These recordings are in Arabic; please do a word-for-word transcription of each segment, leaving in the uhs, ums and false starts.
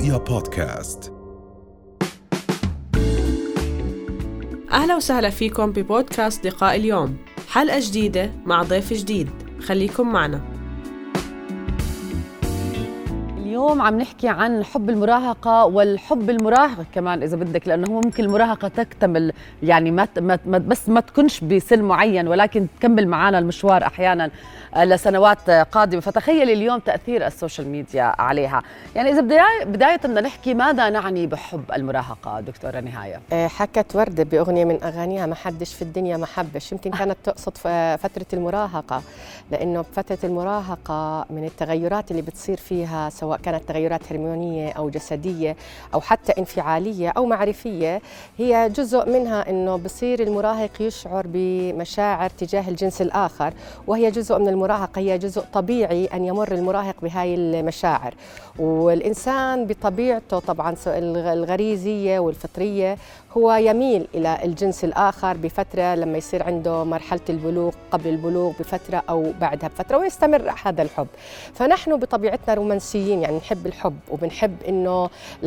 رؤيا بودكاست. أهلا وسهلا فيكم ببودكاست لقاء اليوم، حلقة جديدة مع ضيف جديد، خليكم معنا. اليوم عم نحكي عن حب المراهقة والحب المراهق كمان إذا بدك، لأنه هو ممكن المراهقة تكتمل، يعني ما ما بس ما تكونش بسن معين، ولكن تكمل معنا المشوار أحيانا لسنوات قادمة. فتخيل اليوم تأثير السوشيال ميديا عليها. يعني إذا بداية بداية بدنا نحكي ماذا نعني بحب المراهقة دكتورة نهاية؟ حكت وردة بأغنية من أغانيها ما حدش في الدنيا ما حبش، يمكن كانت تقصد فترة المراهقة، لأنه بفترة المراهقة من التغيرات اللي بتصير فيها سواء كانت تغيرات هرمونية أو جسدية أو حتى انفعالية أو معرفية، هي جزء منها أنه بصير المراهق يشعر بمشاعر تجاه الجنس الآخر، وهي جزء من المراهقة، هي جزء طبيعي أن يمر المراهق بهاي المشاعر. والإنسان بطبيعته طبعا الغريزية والفطرية هو يميل إلى الجنس الآخر بفترة لما يصير عنده مرحلة البلوغ، قبل البلوغ بفترة أو بعدها بفترة، ويستمر هذا الحب. فنحن بطبيعتنا رومانسيين، يعني نحب الحب وبنحب إنه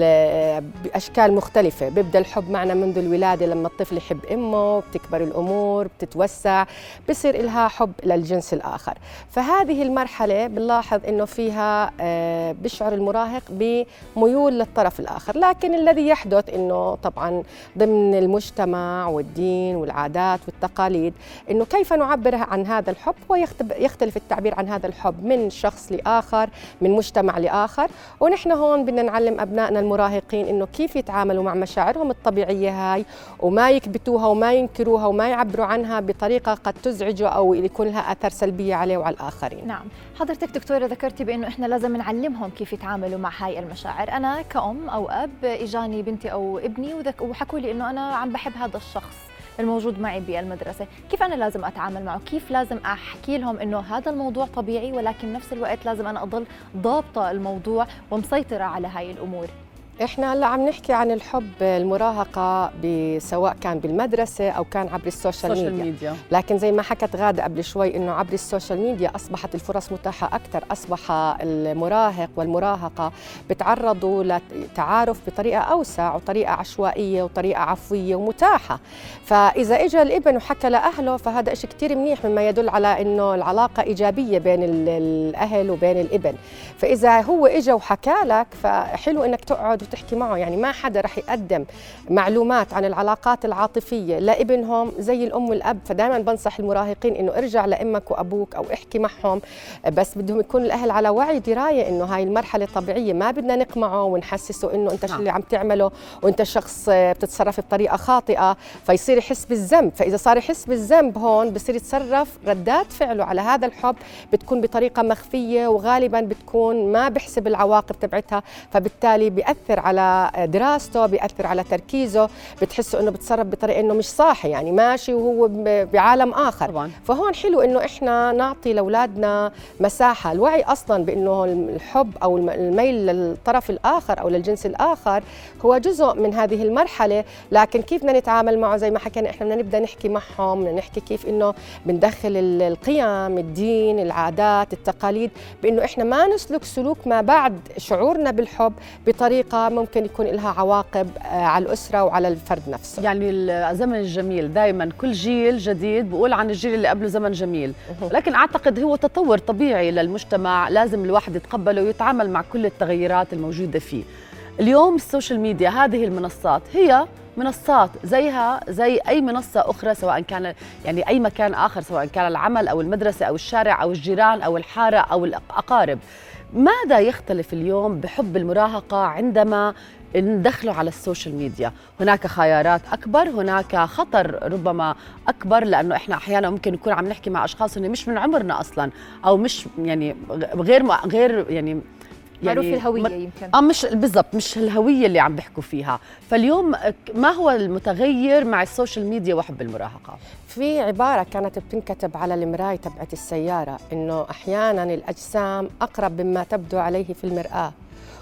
بأشكال مختلفة. بيبدأ الحب معنا منذ الولادة، لما الطفل يحب أمه، بتكبر الأمور، بتتوسع، بصير إلها حب للجنس الآخر. فهذه المرحلة بنلاحظ إنه فيها بشعر المراهق بميول للطرف الآخر، لكن الذي يحدث إنه طبعاً ضمن المجتمع والدين والعادات والتقاليد إنه كيف نعبر عن هذا الحب، ويختلف التعبير عن هذا الحب من شخص لآخر، من مجتمع لآخر. ونحن هون بدنا نعلم أبنائنا المراهقين إنه كيف يتعاملوا مع مشاعرهم الطبيعية هاي، وما يكبتوها وما ينكروها وما يعبروا عنها بطريقة قد تزعجه أو يكون لها أثر سلبية عليه وعلى الآخرين. نعم، حضرتك دكتورة ذكرتي بأنه إحنا لازم نعلمهم كيف يتعاملوا مع هاي المشاعر. أنا كأم أو أب إجاني بنتي أو ابني وحكوا لي إنه أنا عم بحب هذا الشخص الموجود معي بالمدرسة، كيف أنا لازم أتعامل معه؟ كيف لازم أحكي لهم إنه هذا الموضوع طبيعي، ولكن نفس الوقت لازم أنا أضل ضابطة الموضوع ومسيطرة على هاي الأمور؟ إحنا هلا عم نحكي عن الحب المراهقة سواء كان بالمدرسة أو كان عبر السوشيال ميديا. ميديا، لكن زي ما حكت غادة قبل شوي إنه عبر السوشيال ميديا أصبحت الفرص متاحة أكثر، أصبح المراهق والمراهقة بتعرضوا لتعارف بطريقة أوسع وطريقة عشوائية وطريقة عفوية ومتاحة. فإذا إجا الابن وحكى لأهله فهذا إشي كتير منيح، مما يدل على إنه العلاقة إيجابية بين الأهل وبين الابن. فإذا هو إجا وحكى لك فحلو إنك تقعد وتحكي معه، يعني ما حدا رح يقدم معلومات عن العلاقات العاطفية لابنهم زي الأم والأب. فدائما بنصح المراهقين إنه ارجع لأمك وأبوك أو احكي معهم، بس بدهم يكون الأهل على وعي دراية إنه هاي المرحلة طبيعية، ما بدنا نقمعه ونحسسه إنه أنت شو اللي عم تعمله وأنت شخص بتتصرف بطريقة خاطئة، فيصير يحس بالذنب. فإذا صار يحس بالذنب هون بصير يتصرف، ردات فعله على هذا الحب بتكون بطريقة مخفية، وغالبا بتكون ما بحسب العواقب تبعتها، فبالتالي بيأثر على دراسته، بيأثر على تركيزه، بتحسه انه بتصرف بطريقه انه مش صاحي، يعني ماشي وهو بعالم اخر طبعا. فهون حلو انه احنا نعطي لاولادنا مساحه. الوعي اصلا بانه الحب او الميل للطرف الاخر او للجنس الاخر هو جزء من هذه المرحله، لكن كيف بدنا نتعامل معه زي ما حكينا، احنا بدنا نبدا نحكي معهم، بدنا نحكي كيف انه بندخل القيم، الدين، العادات، التقاليد، بانه احنا ما نسلك سلوك ما بعد شعورنا بالحب بطريقه ممكن يكون لها عواقب على الأسرة وعلى الفرد نفسه. يعني الزمن الجميل دائما، كل جيل جديد بقول عن الجيل اللي قبله زمن جميل، لكن أعتقد هو تطور طبيعي للمجتمع، لازم الواحد يتقبله ويتعامل مع كل التغيرات الموجودة فيه. اليوم السوشيال ميديا، هذه المنصات هي منصات زيها زي أي منصة أخرى، سواء كان يعني أي مكان آخر، سواء كان العمل أو المدرسة أو الشارع أو الجيران أو الحارة أو الأقارب. ماذا يختلف اليوم بحب المراهقة عندما ندخله على السوشيال ميديا؟ هناك خيارات أكبر، هناك خطر ربما أكبر، لأنه إحنا أحيانا ممكن نكون عم نحكي مع أشخاص إنه مش من عمرنا أصلاً، أو مش يعني غير غير يعني معروف يعني الهوية يمكن اه مش بالضبط، مش الهوية اللي عم بيحكوا فيها. فاليوم ما هو المتغير مع السوشيال ميديا وحب المراهقة؟ في عبارة كانت بتنكتب على المراية تبعت السيارة إنه أحياناً الأجسام أقرب مما تبدو عليه في المرآة،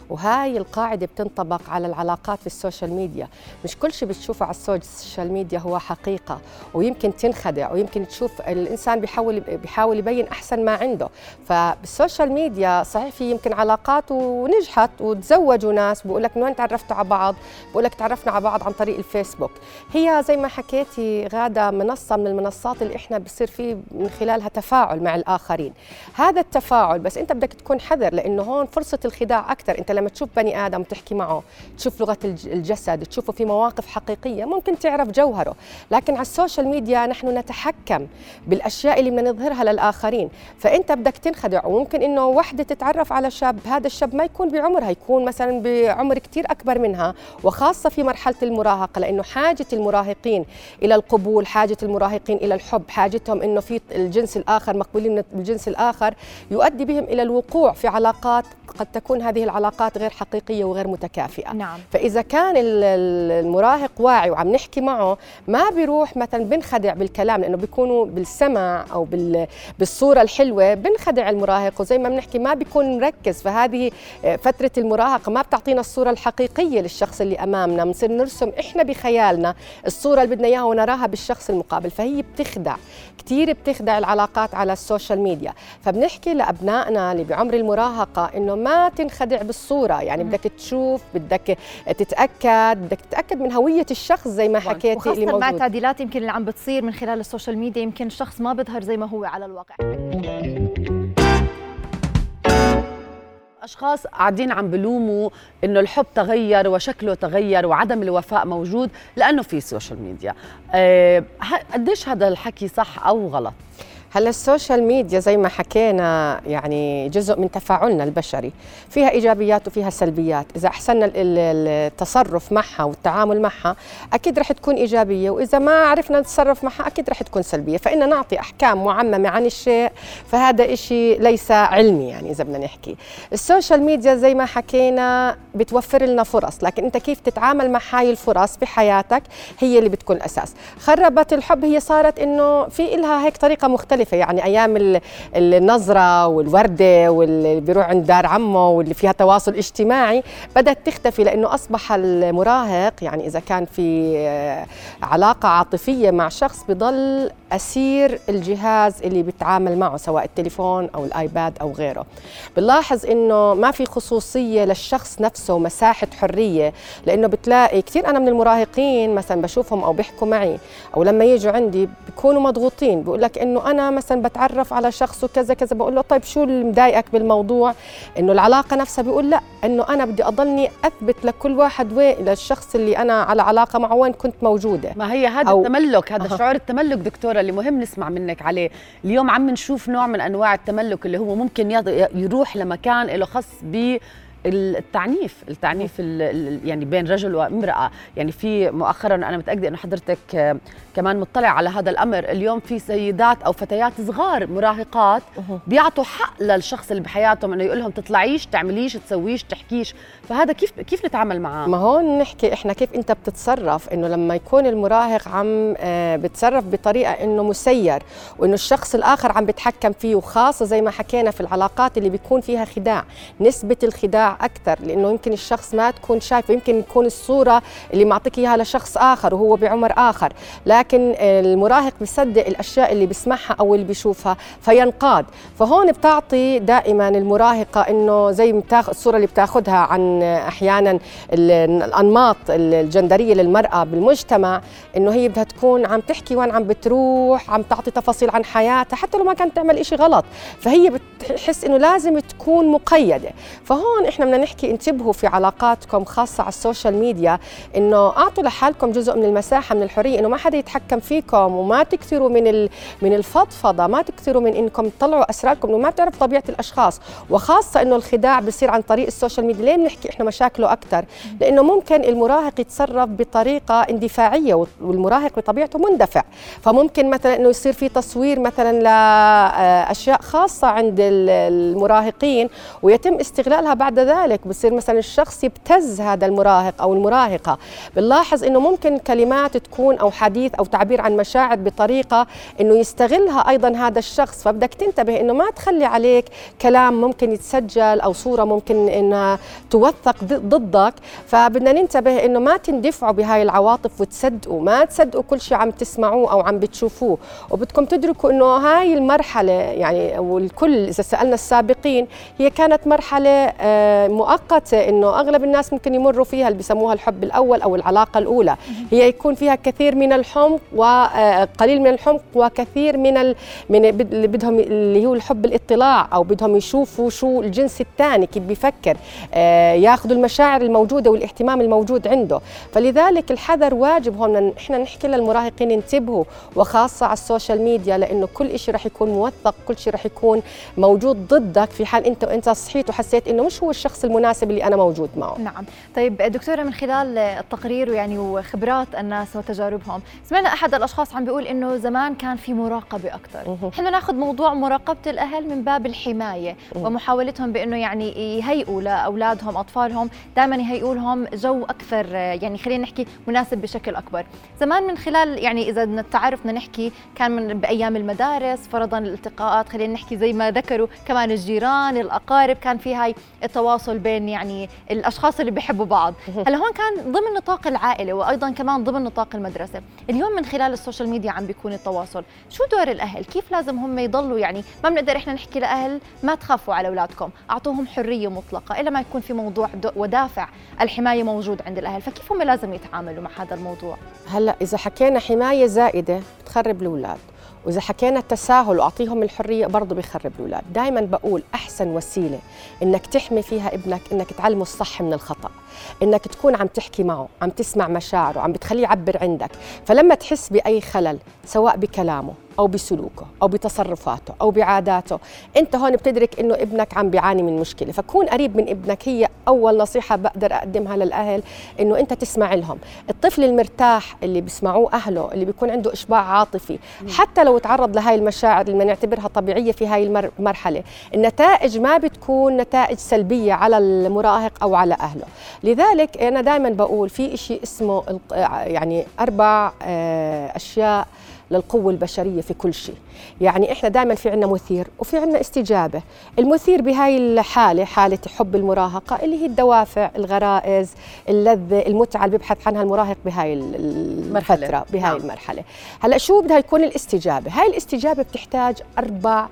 وهاي القاعدة بتنطبق على العلاقات في السوشيال ميديا. مش كل شيء بتشوفه على السوشيال ميديا هو حقيقة، ويمكن تنخدع، ويمكن تشوف الإنسان بيحاول بيحاول يبين أحسن ما عنده. فبالسوشيال ميديا صحيح في يمكن علاقات ونجحت وتزوجوا ناس، بقول لك من وين تعرفتوا على بعض؟ بقول لك تعرفنا على بعض عن طريق الفيسبوك. هي زي ما حكيتي غادة منصة من المنصات اللي إحنا بصير فيه من خلالها تفاعل مع الآخرين. هذا التفاعل بس أنت بدك تكون حذر، لأنه هون فرصة الخداع أكثر. أنت لما تشوف بني آدم وتحكي معه، تشوف لغة الجسد، تشوفه في مواقف حقيقية، ممكن تعرف جوهره. لكن على السوشيال ميديا نحن نتحكم بالأشياء اللي بدنا نظهرها للآخرين، فأنت بدك تنخدع. وممكن إنه وحدة تتعرف على شاب، هذا الشاب ما يكون بعمرها، يكون مثلا بعمر كتير أكبر منها، وخاصة في مرحلة المراهقة، لأنه حاجة المراهقين إلى القبول، حاجة المراهقين إلى الحب، حاجتهم إنه في الجنس الآخر مقبولين بالجنس الآخر، يؤدي بهم إلى الوقوع في علاقات قد تكون هذه العلاقات غير حقيقية وغير متكافئة. نعم. فإذا كان المراهق واعي وعم نحكي معه، ما بيروح مثلا بنخدع بالكلام، لأنه بيكونوا بالسمع أو بالصورة الحلوة بنخدع المراهق، وزي ما بنحكي ما بيكون مركز. فهذه فترة المراهقة ما بتعطينا الصورة الحقيقية للشخص اللي أمامنا، بنصير نرسم إحنا بخيالنا الصورة اللي بدنا إياها ونراها بالشخص المقابل، فهي بتخدع كتير، بتخدع العلاقات على السوشيال ميديا. فبنحكي لأبنائنا اللي بعمر المراهقة إنه ما تنخدع بالصورة، يعني بدك تشوف، بدك تتأكد، بدك تتأكد من هوية الشخص زي ما حكيتي، وخاصة اللي موجود مع التعديلات يمكن اللي عم بتصير من خلال السوشيال ميديا، يمكن الشخص ما بيظهر زي ما هو على الواقع. أشخاص قاعدين عم بلوموا إنه الحب تغير وشكله تغير وعدم الوفاء موجود لأنه في السوشيال ميديا. أه قديش هذا الحكي صح أو غلط؟ هلا السوشيال ميديا زي ما حكينا يعني جزء من تفاعلنا البشري، فيها إيجابيات وفيها سلبيات. إذا أحسننا التصرف معها والتعامل معها أكيد رح تكون إيجابية، وإذا ما عرفنا نتصرف معها أكيد رح تكون سلبية. فإن نعطي أحكام معممة عن الشيء فهذا إشي ليس علمي. يعني إذا بدنا نحكي السوشيال ميديا زي ما حكينا بتوفر لنا فرص، لكن أنت كيف تتعامل مع هاي الفرص بحياتك هي اللي بتكون الأساس. خربت الحب، هي صارت إنه في إلها هيك طريقة مختلفة. يعني أيام النظرة والوردة واللي بيروح عند دار عمه واللي فيها تواصل اجتماعي بدأت تختفي، لأنه أصبح المراهق يعني إذا كان في علاقة عاطفية مع شخص بضل أسير الجهاز اللي بيتعامل معه، سواء التليفون أو الآيباد أو غيره. بنلاحظ إنه ما في خصوصية للشخص نفسه، مساحة حرية، لأنه بتلاقي كثير أنا من المراهقين مثلا بشوفهم أو بيحكوا معي أو لما يجوا عندي بيكونوا مضغوطين، بيقول لك إنه أنا مثلا بتعرف على شخص وكذا كذا. بقول له طيب شو اللي مضايقك بالموضوع؟ إنه العلاقة نفسها. بيقول لا، إنه أنا بدي أضلني أثبت لكل واحد وين، للشخص اللي أنا على علاقة معه وين كنت موجودة. ما هي هذا التملك، هذا أه. شعور التملك دكتورة اللي مهم نسمع منك عليه. اليوم عم نشوف نوع من أنواع التملك اللي هو ممكن يروح لمكان له خص ب التعنيف التعنيف يعني بين رجل وامرأة. يعني في مؤخرا أنا متأكدة أنه حضرتك كمان مطلع على هذا الأمر، اليوم في سيدات أو فتيات صغار مراهقات بيعطوا حق للشخص اللي بحياتهم أنه يقول لهم تطلعيش، تعمليش، تسويش، تحكيش. فهذا كيف كيف نتعامل معاه؟ ما هون نحكي إحنا كيف أنت بتتصرف. إنه لما يكون المراهق عم بتصرف بطريقة إنه مسير وإنه الشخص الآخر عم بيتحكم فيه، وخاصة زي ما حكينا في العلاقات اللي بيكون فيها خداع، نسبة الخداع أكثر، لأنه يمكن الشخص ما تكون شايفه، يمكن يكون الصورة اللي معطيك إياها لشخص آخر وهو بعمر آخر، لكن المراهق بيصدق الأشياء اللي بيسمعها أو اللي بيشوفها فينقاد. فهون بتعطي دائما المراهقة إنه زي بتاخذ الصورة اللي بتاخذها عن أحيانا الأنماط الجندرية للمرأة بالمجتمع، إنه هي بدها تكون عم تحكي وين عم بتروح، عم تعطي تفاصيل عن حياتها حتى لو ما كانت تعمل إشي غلط، فهي بتحس إنه لازم تكون مقيدة. فهون إحنا بدنا نحكي انتبهوا في علاقاتكم خاصة على السوشيال ميديا، إنه أعطوا لحالكم جزء من المساحة من الحرية، إنه ما حدا يتحكم فيكم، وما تكثروا من من الفضفضة، ما تكثروا من إنكم تطلعوا أسراركم، إنه ما بتعرف طبيعة الأشخاص. وخاصة إنه الخداع بيصير عن طريق السوشيال ميديا. ليه بنحكي إحنا مشاكله أكثر؟ لأنه ممكن المراهق يتصرف بطريقة اندفاعية، والمراهق بطبيعته مندفع، فممكن مثلا إنه يصير في تصوير مثلا لأشياء خاصة عند المراهقين ويتم استغلالها بعد ذلك ذلك بصير مثلا الشخص يبتز هذا المراهق أو المراهقة. بنلاحظ إنه ممكن كلمات تكون أو حديث أو تعبير عن مشاعر بطريقة إنه يستغلها أيضا هذا الشخص، فبدك تنتبه إنه ما تخلي عليك كلام ممكن يتسجل أو صورة ممكن إنها توثق ضدك. فبدنا ننتبه إنه ما تندفعوا بهاي العواطف وتصدقوا، ما تصدقوا كل شيء عم تسمعوه أو عم بتشوفوه. وبدكم تدركوا إنه هاي المرحلة يعني والكل إذا سألنا السابقين هي كانت مرحلة مؤقتة، إنه أغلب الناس ممكن يمروا فيها اللي بيسموها الحب الأول أو العلاقة الأولى، هي يكون فيها كثير من الحمق وقليل من الحمق وكثير من ال... من اللي بدهم اللي هو الحب الاطلاع، أو بدهم يشوفوا شو الجنس الثاني كيف بيفكر، ياخذوا المشاعر الموجودة والاهتمام الموجود عنده. فلذلك الحذر واجب هون. إحنا نحكي للمراهقين انتبهوا، وخاصة على السوشيال ميديا، لأنه كل شيء رح يكون موثق، كل شيء رح يكون موجود ضدك في حال انت انت صحيت وحسيت انه مش هو الشخص المناسب اللي انا موجود معه. نعم. طيب دكتوره، من خلال التقرير ويعني وخبرات الناس وتجاربهم، سمعنا احد الاشخاص عم بيقول انه زمان كان في مراقبه اكثر. احنا ناخذ موضوع مراقبه الاهل من باب الحمايه ومحاولتهم بانه يعني يهيئوا لاولادهم اطفالهم، دائما يهيئوا لهم جو اكثر يعني خلينا نحكي مناسب بشكل اكبر. زمان من خلال يعني اذا بدنا تعرفنا نحكي كان من بايام المدارس فرضا الالتقاءات، خلينا نحكي زي ما ذكروا كمان الجيران الأقارب، كان في هاي التواصل بين يعني الأشخاص اللي بيحبوا بعض. هلا هون كان ضمن نطاق العائلة وأيضا كمان ضمن نطاق المدرسة. اليوم من خلال السوشيال ميديا عم بيكون التواصل. شو دور الأهل؟ كيف لازم هم يضلوا يعني ما بنقدر إحنا نحكي لأهل ما تخافوا على أولادكم، أعطوهم حرية مطلقة إلا ما يكون في موضوع ودافع الحماية موجود عند الأهل، فكيف هم لازم يتعاملوا مع هذا الموضوع؟ هلا إذا حكينا حماية زائدة بتخرب الأولاد، وإذا حكينا التساهل وأعطيهم الحرية برضه بيخرب الأولاد. دائما بقول أحسن وسيلة إنك تحمي فيها ابنك إنك تعلمه الصح من الخطأ، إنك تكون عم تحكي معه، عم تسمع مشاعره، عم بتخليه يعبر عندك. فلما تحس بأي خلل سواء بكلامه أو بسلوكه أو بتصرفاته أو بعاداته، أنت هون بتدرك إنه ابنك عم بيعاني من مشكلة، فكون قريب من ابنك. هي أول نصيحة بقدر أقدمها للأهل، إنه أنت تسمع لهم. الطفل المرتاح اللي بيسمعوه أهله، اللي بيكون عنده إشباع عاطفي، حتى لو تعرض لهاي المشاعر اللي نعتبرها طبيعية في هاي المرحلة، النتائج ما بتكون نتائج سلبية على المراهق أو على أهله. لذلك أنا دائما بقول في إشي اسمه يعني أربع أشياء للقوة البشرية في كل شيء. يعني إحنا دائما في عنا مثير وفي عنا استجابة. المثير بهاي الحالة حالة حب المراهقة اللي هي الدوافع، الغرائز، اللذة، المتعة اللي بيبحث عنها المراهق بهاي الفترة بهاي نعم. المرحلة. هلأ شو بدها يكون الاستجابة؟ هاي الاستجابة بتحتاج أربع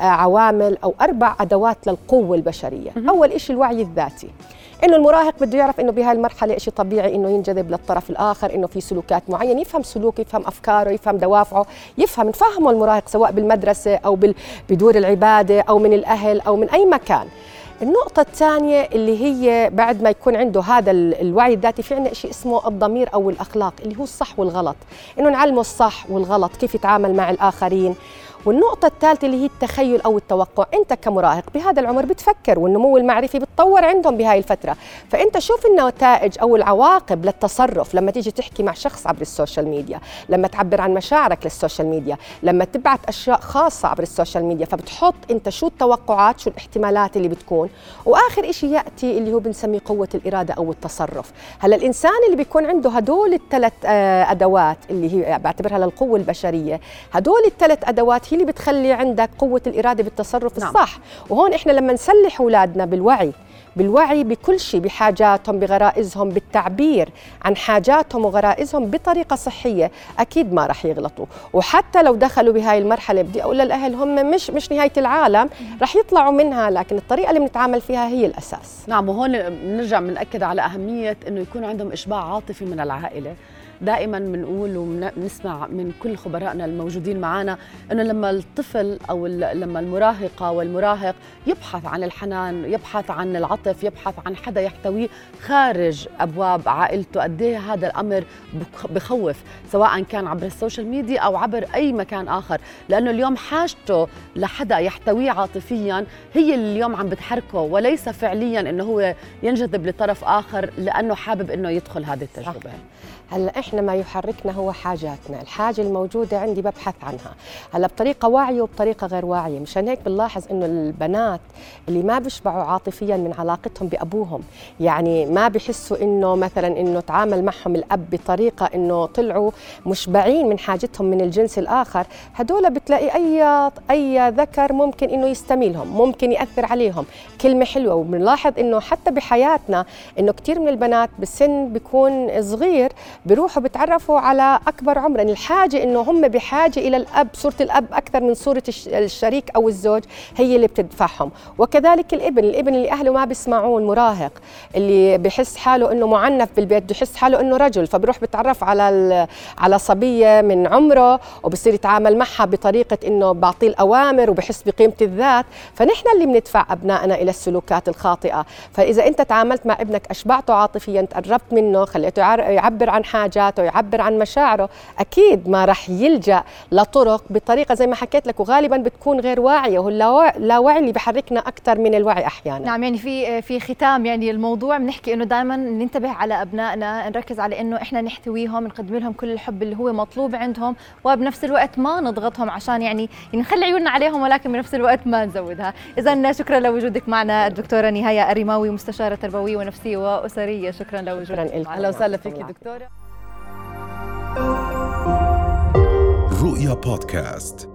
عوامل أو أربع أدوات للقوة البشرية. أول إشي الوعي الذاتي، إنه المراهق بده يعرف إنه بهاي المرحلة إشي طبيعي إنه ينجذب للطرف الآخر، إنه في سلوكات معينة، يفهم سلوكه، يفهم أفكاره، يفهم دوافعه، يفهم نفهمه المراهق سواء بالمدرسة أو بدور العبادة أو من الأهل أو من أي مكان. النقطة الثانية اللي هي بعد ما يكون عنده هذا الوعي الذاتي، في عندنا شيء اسمه الضمير أو الأخلاق اللي هو الصح والغلط، إنه نعلمه الصح والغلط، كيف يتعامل مع الآخرين. والنقطة الثالثة اللي هي التخيل أو التوقع. أنت كمراهق بهذا العمر بتفكر، والنمو المعرفي بتطور عندهم بهاي الفترة، فأنت شوف النتائج أو العواقب للتصرف لما تيجي تحكي مع شخص عبر السوشيال ميديا، لما تعبر عن مشاعرك للسوشيال ميديا، لما تبعت أشياء خاصة عبر السوشيال ميديا، فبتحط أنت شو التوقعات، شو الاحتمالات اللي بتكون. وآخر إشي يأتي اللي هو بنسميه قوة الإرادة أو التصرف. هلا الإنسان اللي بيكون عنده هدول الثلاث أدوات اللي هي بعتبرها للقوة البشرية، هدول الثلاث أدوات اللي بتخلي عندك قوة الإرادة بالتصرف نعم. الصح. وهون إحنا لما نسلح أولادنا بالوعي بالوعي بكل شيء، بحاجاتهم، بغرائزهم، بالتعبير عن حاجاتهم وغرائزهم بطريقة صحية، أكيد ما رح يغلطوا. وحتى لو دخلوا بهاي المرحلة بدي أقول للأهل هم مش مش نهاية العالم، رح يطلعوا منها، لكن الطريقة اللي بنتعامل فيها هي الأساس. نعم. وهون بنرجع بنأكد على أهمية إنه يكون عندهم إشباع عاطفي من العائلة. دائما بنقول وبنسمع من كل خبرائنا الموجودين معنا انه لما الطفل او لما المراهقه والمراهق يبحث عن الحنان، يبحث عن العطف، يبحث عن حدا يحتويه خارج ابواب عائلته، قد ايه هذا الامر بخوف، سواء كان عبر السوشيال ميديا او عبر اي مكان اخر، لانه اليوم حاجته لحدا يحتويه عاطفيا هي اللي اليوم عم بتحركه، وليس فعليا انه هو ينجذب لطرف اخر لانه حابب انه يدخل هذه التجربه. هلا احنا إحنا ما يحركنا هو حاجاتنا، الحاجة الموجودة عندي ببحث عنها، هلا بطريقة واعية وبطريقة غير واعية. مشان هيك بنلاحظ إنه البنات اللي ما بيشبعوا عاطفياً من علاقتهم بأبوهم، يعني ما بيحسوا إنه مثلاً إنه تعامل معهم الأب بطريقة إنه طلعوا مشبعين من حاجتهم من الجنس الآخر، هدول بتلاقي أي أي ذكر ممكن إنه يستميلهم، ممكن يأثر عليهم كلمة حلوة. وبنلاحظ إنه حتى بحياتنا إنه كتير من البنات بالسن بيكون صغير بيروحوا بتعرفوا على أكبر عمراً، الحاجة إنه هم بحاجة إلى الأب، صورة الأب أكثر من صورة الشريك أو الزوج هي اللي بتدفعهم. وكذلك الابن، الابن اللي أهله ما بيسمعوه، المراهق اللي بحس حاله إنه معنف بالبيت، بحس حاله إنه رجل، فبروح بتعرف على على صبية من عمره وبصير يتعامل معها بطريقة إنه بعطيه الأوامر وبحس بقيمة الذات. فنحن اللي بندفع أبنائنا إلى السلوكات الخاطئة. فإذا أنت تعاملت مع ابنك أشبعته عاطفياً، تقربت منه، خليته يعبر عن حاجاته، يعبر عن مشاعره، أكيد ما رح يلجأ لطرق بطريقة زي ما حكيت لك، وغالباً بتكون غير واعية، واللاوعي اللي بحركنا أكثر من الوعي أحياناً. نعم، يعني في في ختام يعني الموضوع بنحكي إنه دائماً ننتبه على أبنائنا، نركز على إنه إحنا نحتويهم، نقدم لهم كل الحب اللي هو مطلوب عندهم، وبنفس الوقت ما نضغطهم عشان يعني نخلي عيوننا عليهم، ولكن بنفس الوقت ما نزودها. إذن شكرا لوجودك معنا الدكتورة نهاية الرماوي، مستشارة تربوية ونفسية وأسرية. شكرا لوجودك. أهلا وسهلا فيك دكتورة. رؤيا بودكاست.